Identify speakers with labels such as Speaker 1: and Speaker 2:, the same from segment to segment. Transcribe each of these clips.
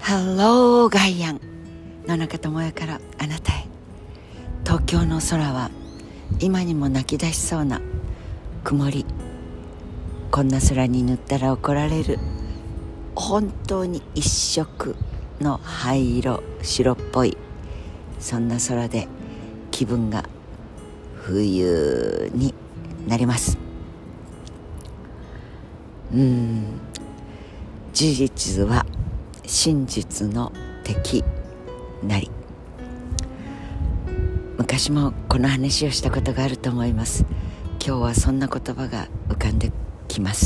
Speaker 1: ハローガイアン、野中智也からあなたへ。東京の空は今にも泣き出しそうな曇り。こんな空に塗ったら怒られる。本当に一色の灰色、白っぽい、そんな空で気分が冬になります。事実は真実の敵なり。昔もこの話をしたことがあると思います。今日はそんな言葉が浮かんできます。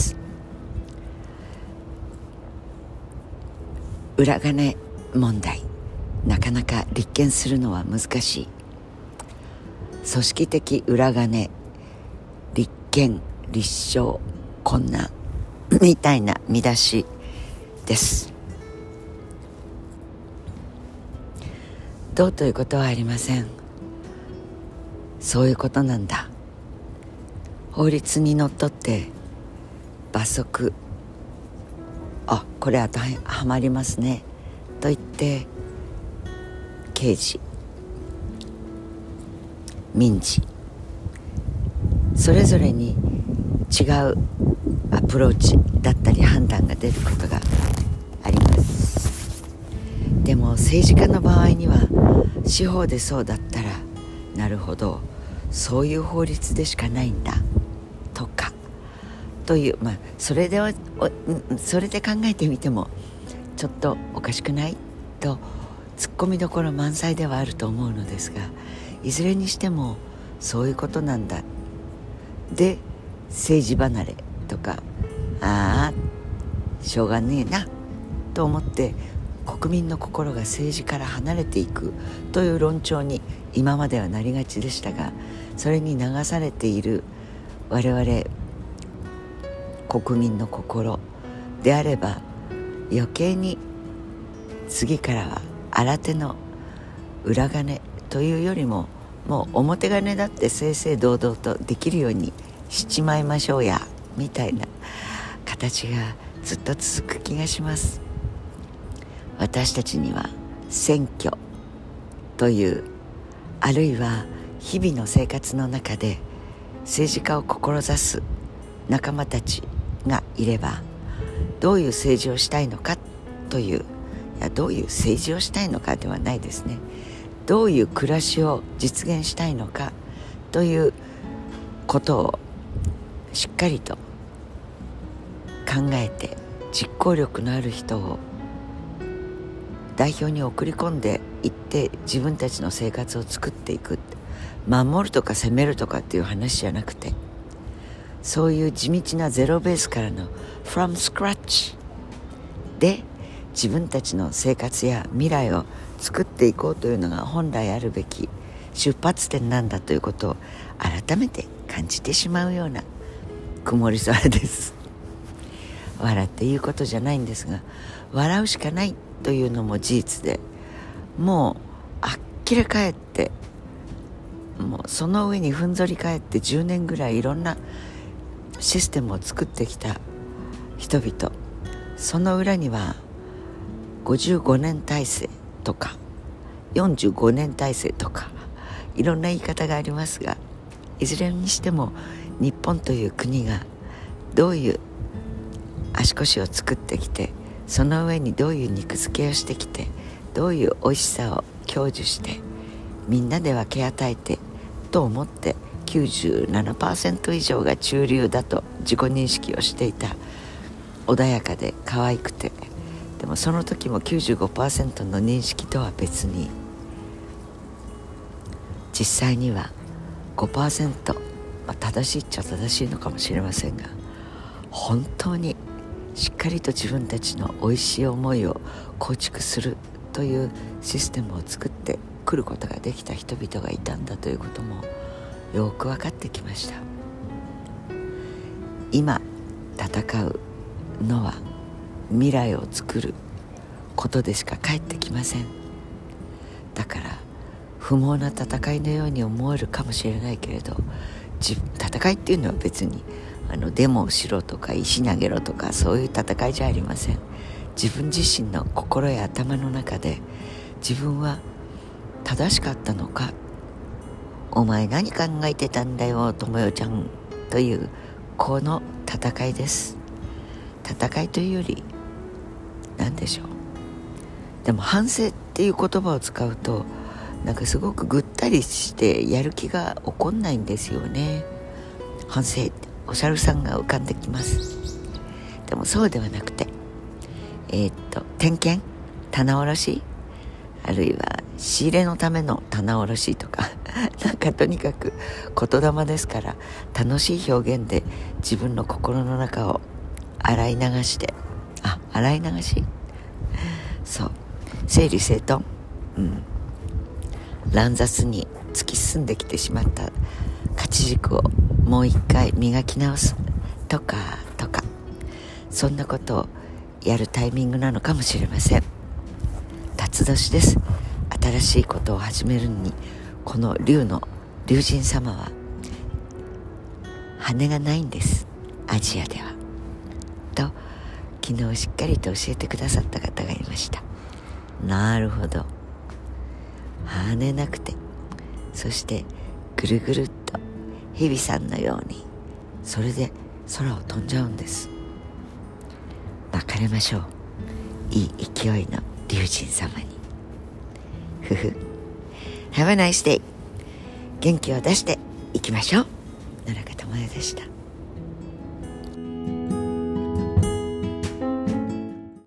Speaker 1: 裏金問題、なかなか立件するのは難しい。組織的裏金、立件、立証困難みたいな見出しです。どうということはありません。そういうことなんだ。法律にのっとって罰則、これ当てはまりますねと言って刑事、民事、それぞれに違うアプローチだったり判断が出ることがあります。でも政治家の場合には司法でそうだったら、なるほど、そういう法律でしかないんだとかという、それで考えてみてもちょっとおかしくないとツッコミどころ満載ではあると思うのですが、いずれにしてもそういうことなんだ。で、政治離れとか、しょうがねえなと思って国民の心が政治から離れていくという論調に今まではなりがちでしたが、それに流されている我々国民の心であれば、余計に次からは新手の裏金というよりも、もう表金だって正々堂々とできるようにしちまいましょうやみたいな形がずっと続く気がします。私たちには選挙という、あるいは日々の生活の中で政治家を志す仲間たちがいれば、どういう政治をしたいのかという、どういう政治をしたいのかではないですね、どういう暮らしを実現したいのかということをしっかりと考えて、実行力のある人を代表に送り込んでいって自分たちの生活を作っていく。守るとか攻めるとかっていう話じゃなくて、そういう地道なゼロベースからの from scratch で自分たちの生活や未来を作っていこうというのが本来あるべき出発点なんだということを改めて感じてしまうような曇り空です。笑っていうことじゃないんですが、笑うしかないというのも事実で、もうあっきれ返って、もうその上にふんぞり返って10年ぐらいいろんなシステムを作ってきた人々、その裏には55年体制とか45年体制とかいろんな言い方がありますが、いずれにしても日本という国がどういう足腰を作ってきて、その上にどういう肉付けをしてきて、どういう美味しさを享受してみんなで分け与えてと思って、97% 以上が中流だと自己認識をしていた、穏やかで可愛くて、でもその時も 95% の認識とは別に、実際には 5%、正しいっちゃ正しいのかもしれませんが、本当にしっかりと自分たちの美味しい思いを構築するというシステムを作ってくることができた人々がいたんだということもよく分かってきました。今戦うのは未来を作ることでしか返ってきません。だから不毛な戦いのように思えるかもしれないけれど、戦いっていうのは別にデモをしろとか石投げろとかそういう戦いじゃありません。 自分自身の心や頭の中で、自分は正しかったのか、お前何考えてたんだよともよちゃんというこの戦いです。戦いというより何でしょう。でも反省っていう言葉を使うとなんかすごくぐったりしてやる気が起こんないんですよね。反省ってお猿さんが浮かんできます。でもそうではなくて、点検、棚卸し、あるいは仕入れのための棚卸しとかなんかとにかく言霊ですから、楽しい表現で自分の心の中を洗い流して、洗い流し、そう、整理整頓、乱雑に突き進んできてしまった勝ち軸をもう一回磨き直すとか、そんなことをやるタイミングなのかもしれません。辰年です。新しいことを始めるのに、この龍神様は羽がないんです、アジアではと昨日しっかりと教えてくださった方がいました。なるほど、羽なくて、そしてぐるぐるっと蛇さんのようにそれで空を飛んじゃうんです。別れましょう、いい勢いの龍神様に。ふふ。 Have a nice day。 元気を出していきましょう。野中智代でした。